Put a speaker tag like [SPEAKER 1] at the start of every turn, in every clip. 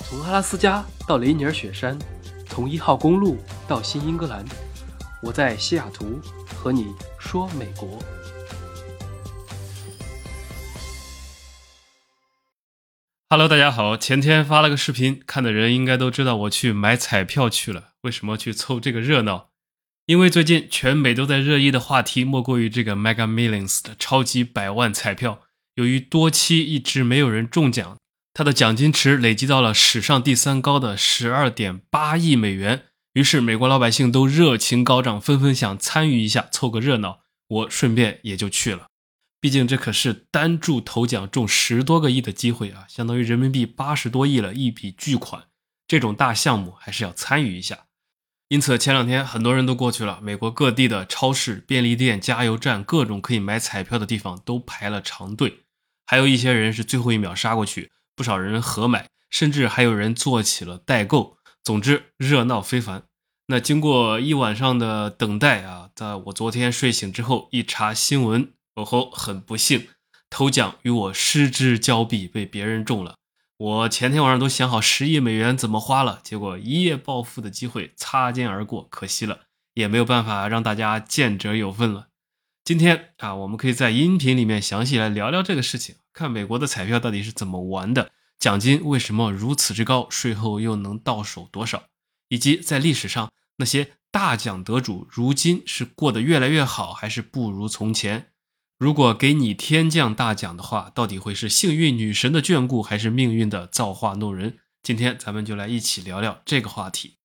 [SPEAKER 1] 从阿拉斯加到雷尼尔雪山，从1号公路到新英格兰，我在西雅图和你说美国。Hello， 大家好，前天发了个视频，看的人应该都知道我去买彩票去了。为什么去凑这个热闹？因为最近全美都在热议的话题莫过于这个 Mega Millions 的超级百万彩票，由于多期一直没有人中奖，它的奖金池累积到了史上第3高的 12.8 亿美元，于是美国老百姓都热情高涨，纷纷想参与一下凑个热闹，我顺便也就去了。毕竟这可是单注头奖中10多个亿的机会啊，相当于人民币80多亿了，一笔巨款，这种大项目还是要参与一下。因此前2天很多人都过去了，美国各地的超市、便利店、加油站，各种可以买彩票的地方都排了长队，还有一些人是最后一秒杀过去，不少人合买，甚至还有人做起了代购，总之热闹非凡。那经过一晚上的等待啊，在我昨天睡醒之后一查新闻，很不幸，头奖与我失之交臂，被别人中了。我前天晚上都想好10亿美元怎么花了，结果一夜暴富的机会擦肩而过，可惜了，也没有办法让大家见者有份了。今天啊，我们可以在音频里面详细来聊聊这个事情，看美国的彩票到底是怎么玩的，奖金为什么如此之高，税后又能到手多少，以及在历史上那些大奖得主如今是过得越来越好，还是不如从前。如果给你天降大奖的话，到底会是幸运女神的眷顾，还是命运的造化弄人？今天咱们就来一起聊聊这个话题。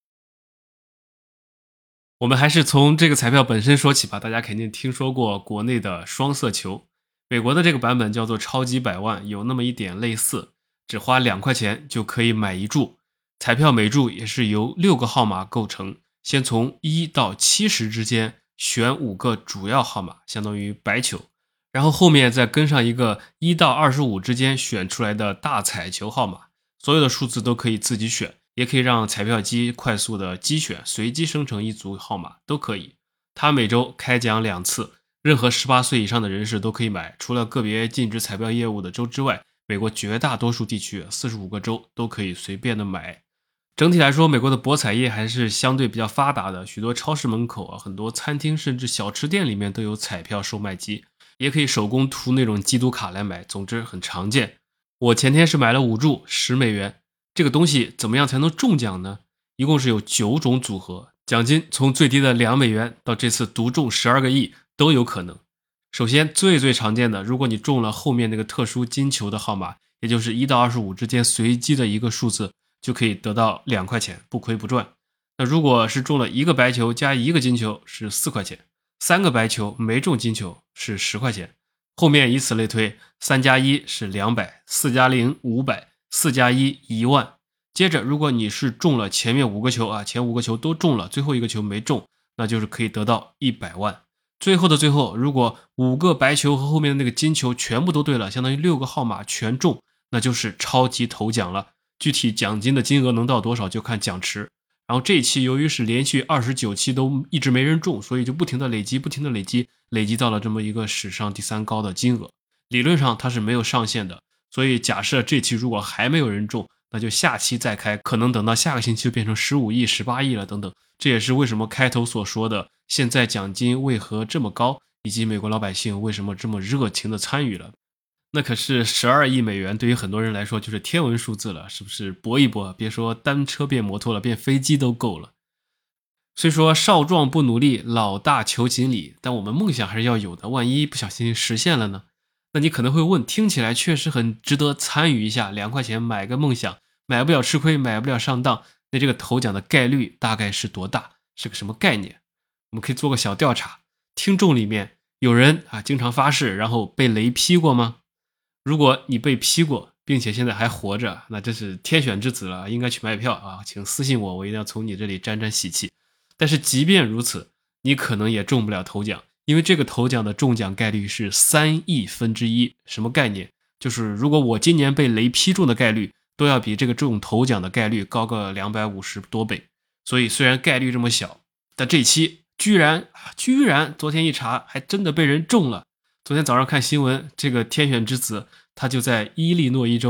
[SPEAKER 1] 我们还是从这个彩票本身说起吧，大家肯定听说过国内的双色球，美国的这个版本叫做超级百万，有那么一点类似，只花2块钱就可以买一注，彩票每注也是由6个号码构成，先从1到70之间选5个主要号码，相当于白球，然后后面再跟上一个1到25之间选出来的大彩球号码，所有的数字都可以自己选，也可以让彩票机快速的机选，随机生成一组号码都可以。它每周开奖2次，任何18岁以上的人士都可以买，除了个别禁止彩票业务的州之外，美国绝大多数地区45个州都可以随便的买。整体来说，美国的博彩业还是相对比较发达的，许多超市门口很多餐厅甚至小吃店里面都有彩票售卖机，也可以手工涂那种基督卡来买，总之很常见。我前天是买了5注10美元，这个东西怎么样才能中奖呢？一共是有9种组合，奖金从最低的2美元到这次独中12个亿都有可能。首先最常见的，如果你中了后面那个特殊金球的号码，也就是1到25之间随机的一个数字，就可以得到2块钱，不亏不赚。那如果是中了1个白球加1个金球是4块钱，3个白球没中金球是10块钱，后面以此类推，3加1是200，4加0 500，4加1 1万。接着如果你是中了前面5个球啊，前5个球都中了，最后一个球没中，那就是可以得到100万。最后的最后，如果5个白球和后面的那个金球全部都对了，相当于6个号码全中，那就是超级头奖了。具体奖金的金额能到多少就看奖池。然后这一期由于是连续29期都一直没人中，所以就不停的累积，累积到了这么一个史上第3高的金额。理论上它是没有上限的，所以假设这期如果还没有人中，那就下期再开，可能等到下个星期就变成15亿、18亿了等等。这也是为什么开头所说的现在奖金为何这么高，以及美国老百姓为什么这么热情的参与了。那可是12亿美元对于很多人来说就是天文数字了，是不是搏一搏，别说单车变摩托了，变飞机都够了。虽说少壮不努力，老大求锦鲤，但我们梦想还是要有的，万一不小心实现了呢？那你可能会问，听起来确实很值得参与一下，2块钱买个梦想，买不了吃亏，买不了上当，那这个头奖的概率大概是多大？是个什么概念？我们可以做个小调查，听众里面有人经常发誓然后被雷劈过吗？如果你被劈过并且现在还活着，那这是天选之子了，应该去买票啊！请私信我，我一定要从你这里沾沾喜气。但是即便如此，你可能也中不了头奖，因为这个头奖的中奖概率是3亿分之一。什么概念？就是如果我今年被雷劈中的概率都要比这个中头奖的概率高个250多倍。所以虽然概率这么小，但这期居然昨天一查还真的被人中了。昨天早上看新闻，这个天选之子他就在伊利诺伊州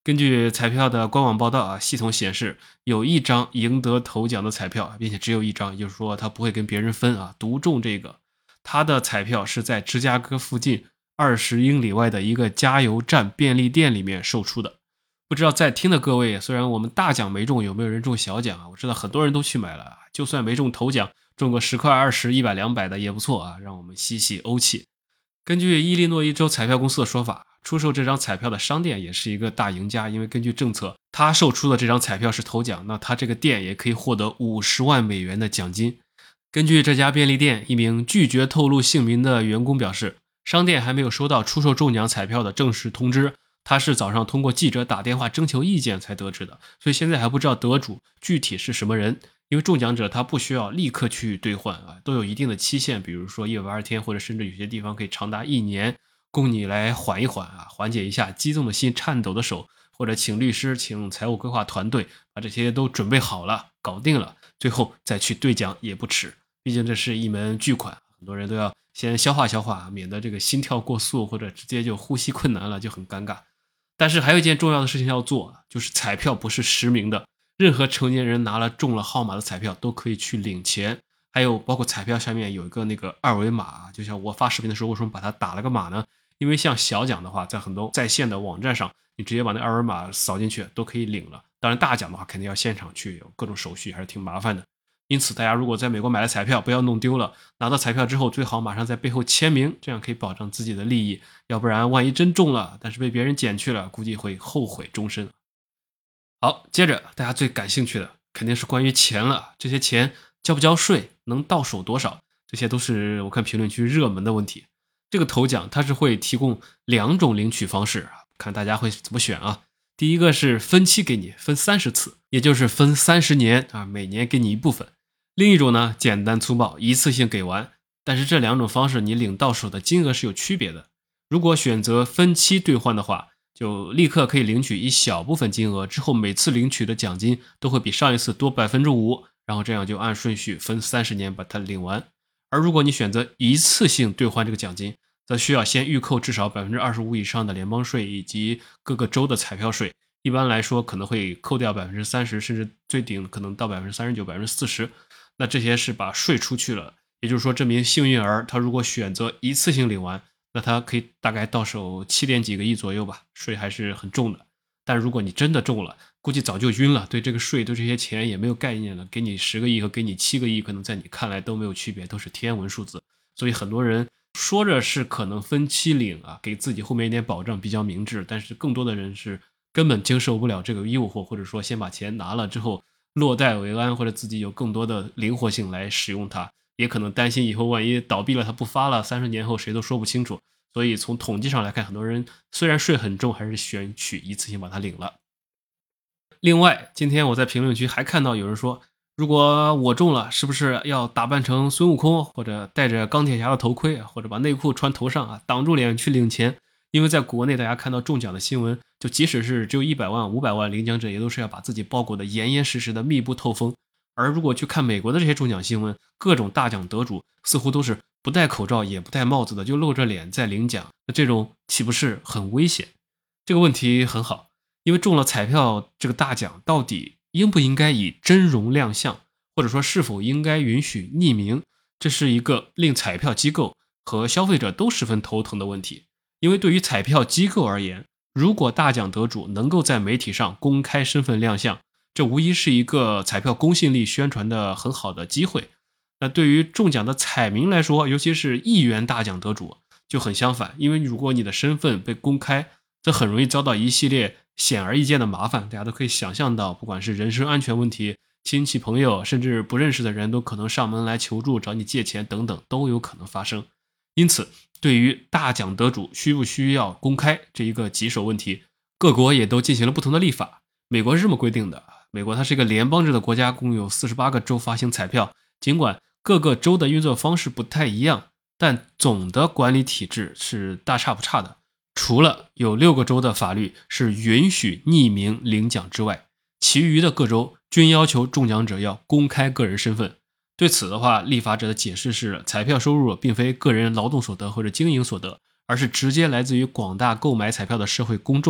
[SPEAKER 1] 根据彩票的官网报道啊，系统显示有一张赢得头奖的彩票，并且只有一张，也就是说他不会跟别人分啊，独中这个。他的彩票是在芝加哥附近20英里外的一个加油站便利店里面售出的。不知道在听的各位，虽然我们大奖没中，有没有人中小奖啊？我知道很多人都去买了，就算没中头奖，中个10块、20、100、200的也不错啊，让我们吸吸欧气。根据伊利诺伊州彩票公司的说法，出售这张彩票的商店也是一个大赢家，因为根据政策，他售出的这张彩票是头奖，那他这个店也可以获得50万美元的奖金。根据这家便利店一名拒绝透露姓名的员工表示，商店还没有收到出售中奖彩票的正式通知，他是早上通过记者打电话征求意见才得知的，所以现在还不知道得主具体是什么人。因为中奖者他不需要立刻去兑换啊，都有一定的期限，比如说120天，或者甚至有些地方可以长达1年，供你来缓一缓啊，缓解一下激动的心、颤抖的手，或者请律师、请财务规划团队把这些都准备好了、搞定了，最后再去兑奖也不迟。毕竟这是一门巨款，很多人都要先消化消化，免得这个心跳过速或者直接就呼吸困难了，就很尴尬。但是还有一件重要的事情要做，就是彩票不是实名的，任何成年人拿了中了号码的彩票都可以去领钱。还有包括彩票下面有一个那个二维码，就像我发视频的时候为什么把它打了个码呢？因为像小奖的话，在很多在线的网站上，你直接把那二维码扫进去都可以领了。当然大奖的话肯定要现场去，有各种手续还是挺麻烦的。因此大家如果在美国买了彩票，不要弄丢了，拿到彩票之后最好马上在背后签名，这样可以保障自己的利益，要不然万一真中了，但是被别人捡去了，估计会后悔终身。好，接着大家最感兴趣的肯定是关于钱了，这些钱交不交税，能到手多少，这些都是我看评论区热门的问题。这个头奖它是会提供2种领取方式，看大家会怎么选啊。第一个是分期给你，分30次，也就是分30年啊，每年给你一部分。另一种呢，简单粗暴，一次性给完。但是这2种方式你领到手的金额是有区别的。如果选择分期兑换的话，就立刻可以领取一小部分金额，之后每次领取的奖金都会比上一次多 5%， 然后这样就按顺序分30年把它领完。而如果你选择一次性兑换这个奖金，则需要先预扣至少 25% 以上的联邦税以及各个州的彩票税，一般来说可能会扣掉 30%， 甚至最顶可能到 39%、40%。那这些是把税出去了，也就是说这名幸运儿他如果选择一次性领完，那他可以大概到手7点几个亿左右吧，税还是很重的。但如果你真的中了，估计早就晕了，对这个税对这些钱也没有概念了，给你10个亿和给你7个亿可能在你看来都没有区别，都是天文数字。所以很多人说着是可能分期领啊，给自己后面一点保障比较明智，但是更多的人是根本经受不了这个诱惑，或者说先把钱拿了之后落袋为安，或者自己有更多的灵活性来使用它，也可能担心以后万一倒闭了他不发了，30年后谁都说不清楚。所以从统计上来看，很多人虽然税很重，还是选取一次性把它领了。另外，今天我在评论区还看到有人说，如果我中了，是不是要打扮成孙悟空，或者戴着钢铁侠的头盔，或者把内裤穿头上啊，挡住脸去领钱？因为在国内大家看到中奖的新闻，就即使是只有100万、500万，领奖者也都是要把自己包裹的严严实实的，密不透风。而如果去看美国的这些中奖新闻，各种大奖得主似乎都是不戴口罩也不戴帽子的，就露着脸在领奖，那这种岂不是很危险？这个问题很好，因为中了彩票这个大奖，到底应不应该以真容亮相，或者说是否应该允许匿名，这是一个令彩票机构和消费者都十分头疼的问题。因为对于彩票机构而言，如果大奖得主能够在媒体上公开身份亮相，这无疑是一个彩票公信力宣传的很好的机会。那对于中奖的彩民来说，尤其是亿元大奖得主就很相反，因为如果你的身份被公开，这很容易遭到一系列显而易见的麻烦，大家都可以想象到，不管是人身安全问题，亲戚朋友甚至不认识的人都可能上门来求助，找你借钱等等都有可能发生。因此对于大奖得主需不需要公开这一个棘手问题，各国也都进行了不同的立法。美国是这么规定的，美国它是一个联邦制的国家，共有48个州发行彩票，尽管各个州的运作方式不太一样，但总的管理体制是大差不差的。除了有6个州的法律是允许匿名领奖之外，其余的各州均要求中奖者要公开个人身份。对此的话，立法者的解释是，彩票收入并非个人劳动所得或者经营所得，而是直接来自于广大购买彩票的社会公众，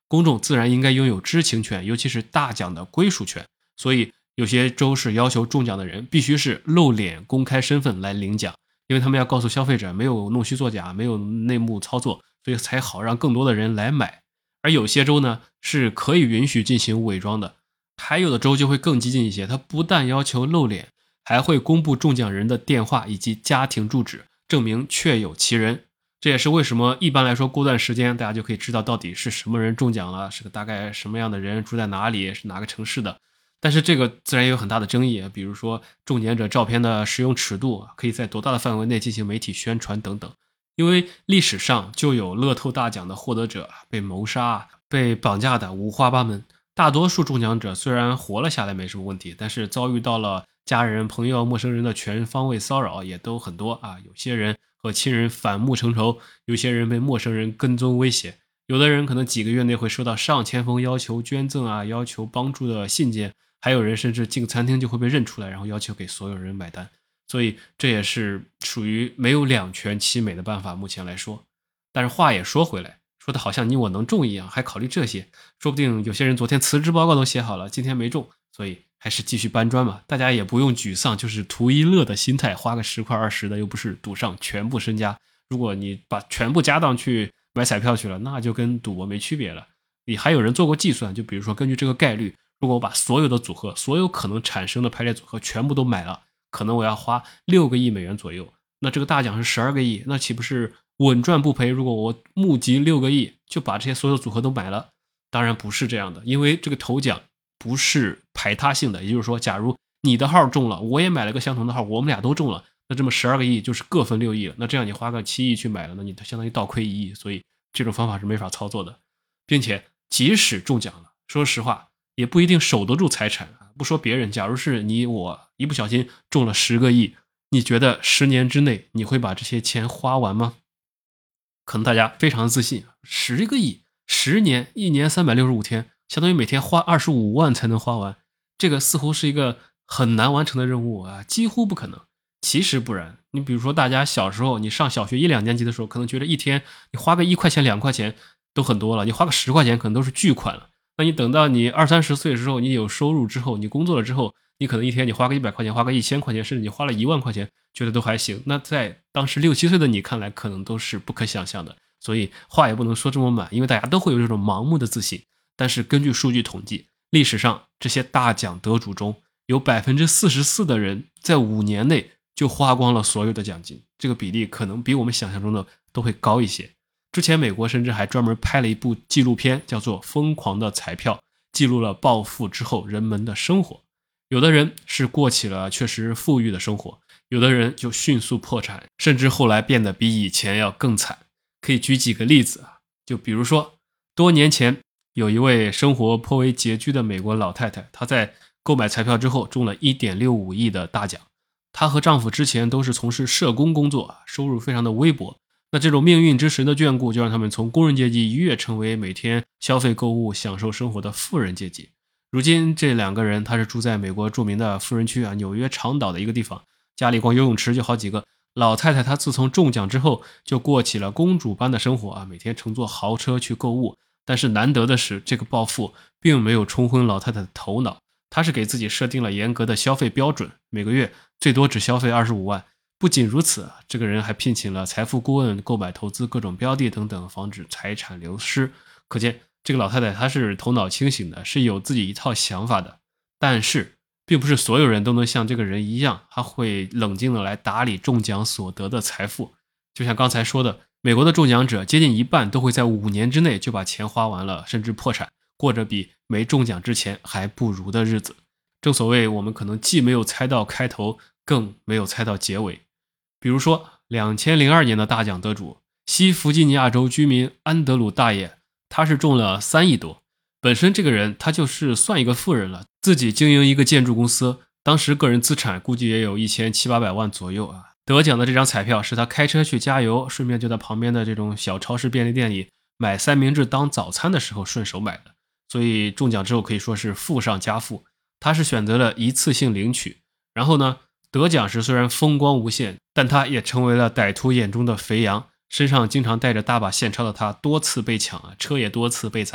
[SPEAKER 1] 公众自然应该拥有知情权，尤其是大奖的归属权。所以有些州是要求中奖的人必须是露脸公开身份来领奖，因为他们要告诉消费者没有弄虚作假，没有内幕操作，所以才好让更多的人来买。而有些州呢是可以允许进行伪装的，还有的州就会更激进一些，它不但要求露脸，还会公布中奖人的电话以及家庭住址，证明确有其人。这也是为什么一般来说过段时间大家就可以知道到底是什么人中奖了，是个大概什么样的人，住在哪里，是哪个城市的。但是这个自然也有很大的争议，比如说中奖者照片的使用尺度可以在多大的范围内进行媒体宣传等等。因为历史上就有乐透大奖的获得者被谋杀、被绑架的五花八门。大多数中奖者虽然活了下来没什么问题，但是遭遇到了家人、朋友、陌生人的全方位骚扰也都很多啊。有些人和亲人反目成仇，有些人被陌生人跟踪威胁，有的人可能几个月内会收到上千封要求捐赠要求帮助的信件，还有人甚至进餐厅就会被认出来，然后要求给所有人买单。所以这也是属于没有两全其美的办法，目前来说。但是话也说回来，说的好像你我能中一样，还考虑这些，说不定有些人昨天辞职报告都写好了，今天没中，所以还是继续搬砖嘛。大家也不用沮丧，就是图一乐的心态，花个10块20的又不是赌上全部身家。如果你把全部家当去买彩票去了，那就跟赌博没区别了。你还有人做过计算，就比如说根据这个概率，如果我把所有的组合，所有可能产生的排列组合全部都买了，可能我要花6个亿美元左右，那这个大奖是12个亿，那岂不是稳赚不赔？如果我募集6个亿就把这些所有组合都买了，当然不是这样的，因为这个头奖不是排他性的，也就是说，假如你的号中了，我也买了个相同的号，我们俩都中了，那这么12个亿就是各分6亿了，那这样你花个7亿去买了，那你相当于倒亏1亿，所以这种方法是没法操作的。并且即使中奖了，说实话也不一定守得住财产。不说别人，假如是你我一不小心中了10个亿，你觉得10年之内你会把这些钱花完吗？可能大家非常自信，10个亿10年，1年365天，相当于每天花25万才能花完，这个似乎是一个很难完成的任务几乎不可能。其实不然，你比如说大家小时候，你上小学1、2年级的时候，可能觉得一天你花个1块钱2块钱都很多了，你花个10块钱可能都是巨款了。那你等到你20、30岁的时候，你有收入之后，你工作了之后，你可能一天你花个100块钱，花个1000块钱，甚至你花了1万块钱，觉得都还行。那在当时6、7岁的你看来，可能都是不可想象的。所以话也不能说这么满，因为大家都会有这种盲目的自信。但是根据数据统计，历史上这些大奖得主中，有44%的人在5年内就花光了所有的奖金，这个比例可能比我们想象中的都会高一些。之前美国甚至还专门拍了一部纪录片，叫做《疯狂的彩票》，记录了暴富之后人们的生活。有的人是过起了确实富裕的生活，有的人就迅速破产，甚至后来变得比以前要更惨。可以举几个例子就比如说多年前有一位生活颇为拮据的美国老太太，她在购买彩票之后中了 1.65 亿的大奖。她和丈夫之前都是从事社工工作，收入非常的微薄。那这种命运之神的眷顾，就让他们从工人阶级一跃成为每天消费购物享受生活的富人阶级。如今这2个人，他是住在美国著名的富人区纽约长岛的一个地方，家里光游泳池就好几个。老太太她自从中奖之后就过起了公主般的生活每天乘坐豪车去购物。但是难得的是，这个暴富并没有冲昏老太太的头脑，她是给自己设定了严格的消费标准，每个月最多只消费25万。不仅如此，这个人还聘请了财富顾问购买投资各种标的等等，防止财产流失。可见这个老太太她是头脑清醒的，是有自己一套想法的。但是并不是所有人都能像这个人一样，他会冷静的来打理中奖所得的财富。就像刚才说的，美国的中奖者接近一半都会在5年之内就把钱花完了，甚至破产，过着比没中奖之前还不如的日子。正所谓，我们可能既没有猜到开头，更没有猜到结尾。比如说2002年的大奖得主西弗吉尼亚州居民安德鲁大爷，他是中了3亿多。本身这个人他就是算一个富人了，自己经营一个建筑公司，当时个人资产估计也有1700-800万左右得奖的这张彩票是他开车去加油，顺便就在旁边的这种小超市便利店里买三明治当早餐的时候顺手买的，所以中奖之后可以说是富上加富。他是选择了一次性领取，然后呢，得奖时虽然风光无限，但他也成为了歹徒眼中的肥羊，身上经常带着大把现钞的他多次被抢车也多次被砸，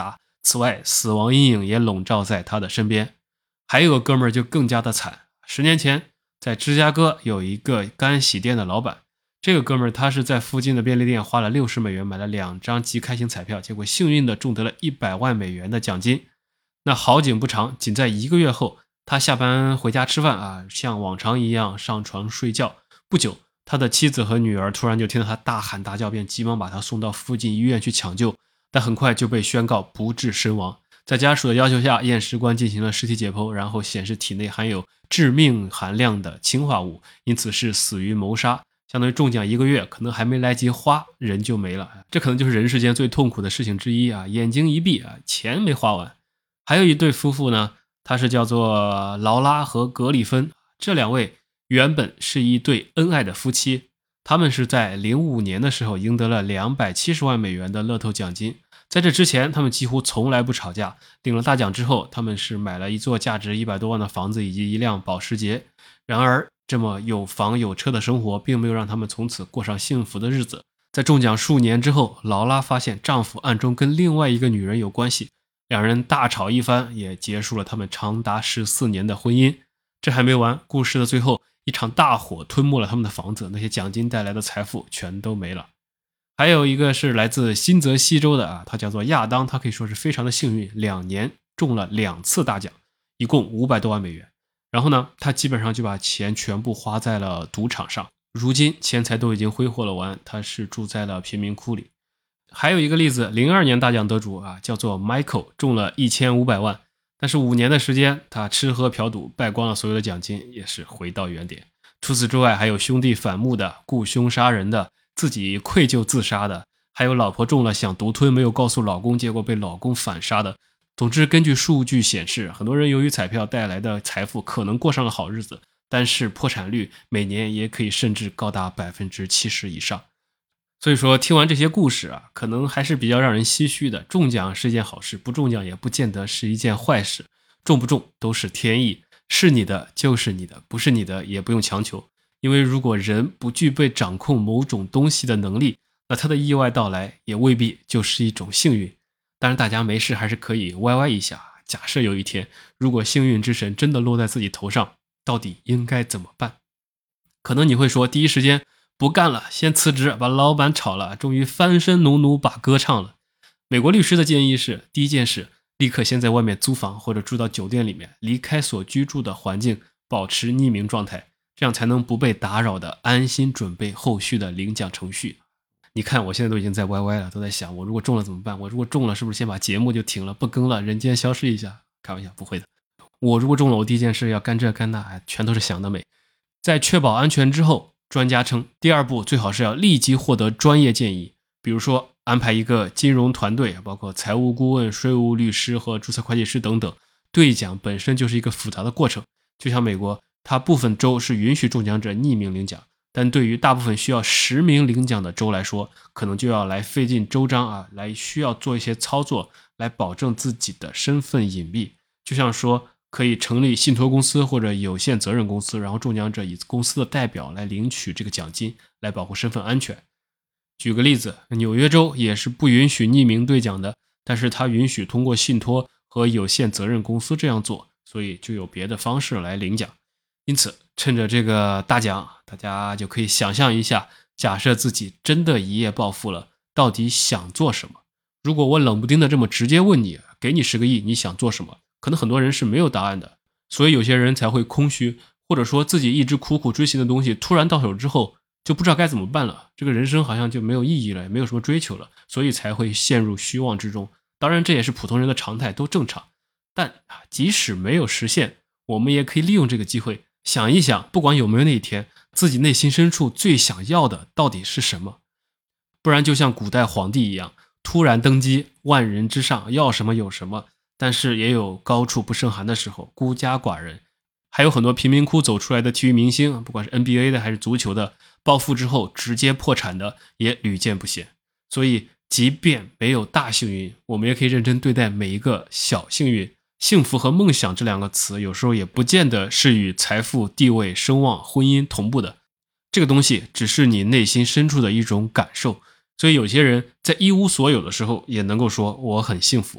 [SPEAKER 1] 此外，死亡阴影也笼罩在他的身边。还有个哥们儿就更加的惨，10年前在芝加哥有一个干洗店的老板，这个哥们儿他是在附近的便利店花了$60买了2张即开型彩票，结果幸运的中得了100万美元的奖金。那好景不长，仅在1个月后，他下班回家吃饭像往常一样上床睡觉。不久，他的妻子和女儿突然就听到他大喊大叫，便急忙把他送到附近医院去抢救，但很快就被宣告不治身亡。在家属的要求下，验尸官进行了尸体解剖，然后显示体内含有致命含量的氰化物，因此是死于谋杀。相当于中奖1个月，可能还没来及花，人就没了。这可能就是人世间最痛苦的事情之一眼睛一闭钱没花完。还有一对夫妇呢，他是叫做劳拉和格里芬，这2位原本是一对恩爱的夫妻，他们是在05年的时候赢得了270万美元的乐透奖金。在这之前，他们几乎从来不吵架。领了大奖之后，他们是买了一座价值100多万的房子以及一辆保时捷。然而，这么有房有车的生活并没有让他们从此过上幸福的日子。在中奖数年之后，劳拉发现丈夫暗中跟另外一个女人有关系，两人大吵一番，也结束了他们长达14年的婚姻。这还没完，故事的最后，一场大火吞没了他们的房子，那些奖金带来的财富全都没了。还有一个是来自新泽西州的他叫做亚当，他可以说是非常的幸运，2年中了2次大奖，一共500多万美元。然后呢，他基本上就把钱全部花在了赌场上，如今钱财都已经挥霍了完，他是住在了贫民窟里。还有一个例子，02年大奖得主叫做 Michael， 中了1500万，但是5年的时间，他吃喝嫖赌败光了所有的奖金，也是回到原点。除此之外，还有兄弟反目的、雇凶杀人的、自己愧疚自杀的，还有老婆中了想独吞没有告诉老公，结果被老公反杀的。总之，根据数据显示，很多人由于彩票带来的财富可能过上了好日子，但是破产率每年也可以甚至高达70%以上。所以说听完这些故事可能还是比较让人唏嘘的。中奖是一件好事，不中奖也不见得是一件坏事，中不中都是天意，是你的就是你的，不是你的也不用强求。因为如果人不具备掌控某种东西的能力，那他的意外到来也未必就是一种幸运。当然大家没事还是可以歪歪一下，假设有一天如果幸运之神真的落在自己头上，到底应该怎么办？可能你会说，第一时间不干了，先辞职，把老板炒了，终于翻身农奴把歌唱了。美国律师的建议是，第一件事，立刻先在外面租房或者住到酒店里面，离开所居住的环境，保持匿名状态，这样才能不被打扰的安心准备后续的领奖程序。你看我现在都已经在 YY 了，都在想我如果中了怎么办，我如果中了是不是先把节目就停了，不更了，人间消失一下？开玩笑，不会的。我如果中了，我第一件事要干这干那，全都是想得美。在确保安全之后，专家称第2步最好是要立即获得专业建议，比如说安排一个金融团队，包括财务顾问、税务律师和注册会计师等等。兑奖本身就是一个复杂的过程，就像美国，它部分州是允许中奖者匿名领奖，但对于大部分需要实名领奖的州来说，可能就要来费尽周章来需要做一些操作，来保证自己的身份隐蔽。就像说可以成立信托公司或者有限责任公司，然后中奖者以公司的代表来领取这个奖金，来保护身份安全。举个例子，纽约州也是不允许匿名兑奖的，但是它允许通过信托和有限责任公司这样做，所以就有别的方式来领奖。因此趁着这个大奖，大家就可以想象一下，假设自己真的一夜暴富了，到底想做什么？如果我冷不丁的这么直接问你，给你10个亿，你想做什么？可能很多人是没有答案的，所以有些人才会空虚，或者说自己一直苦苦追寻的东西突然到手之后就不知道该怎么办了，这个人生好像就没有意义了，也没有什么追求了，所以才会陷入虚妄之中。当然这也是普通人的常态，都正常。但即使没有实现，我们也可以利用这个机会想一想，不管有没有那一天，自己内心深处最想要的到底是什么。不然就像古代皇帝一样，突然登基，万人之上，要什么有什么，但是也有高处不胜寒的时候，孤家寡人。还有很多贫民窟走出来的体育明星，不管是 NBA 的还是足球的，暴富之后直接破产的也屡见不鲜。所以即便没有大幸运，我们也可以认真对待每一个小幸运。幸福和梦想这2个词有时候也不见得是与财富、地位、声望、婚姻同步的，这个东西只是你内心深处的一种感受。所以有些人在一无所有的时候也能够说我很幸福，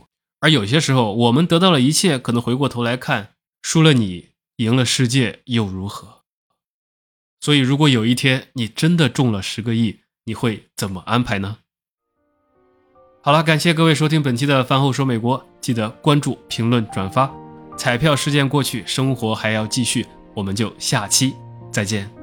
[SPEAKER 1] 而有些时候我们得到了一切，可能回过头来看，输了你，赢了世界又如何？所以如果有一天你真的中了10个亿，你会怎么安排呢？好了，感谢各位收听本期的饭后说美国，记得关注、评论、转发。彩票事件过去，生活还要继续，我们就下期再见。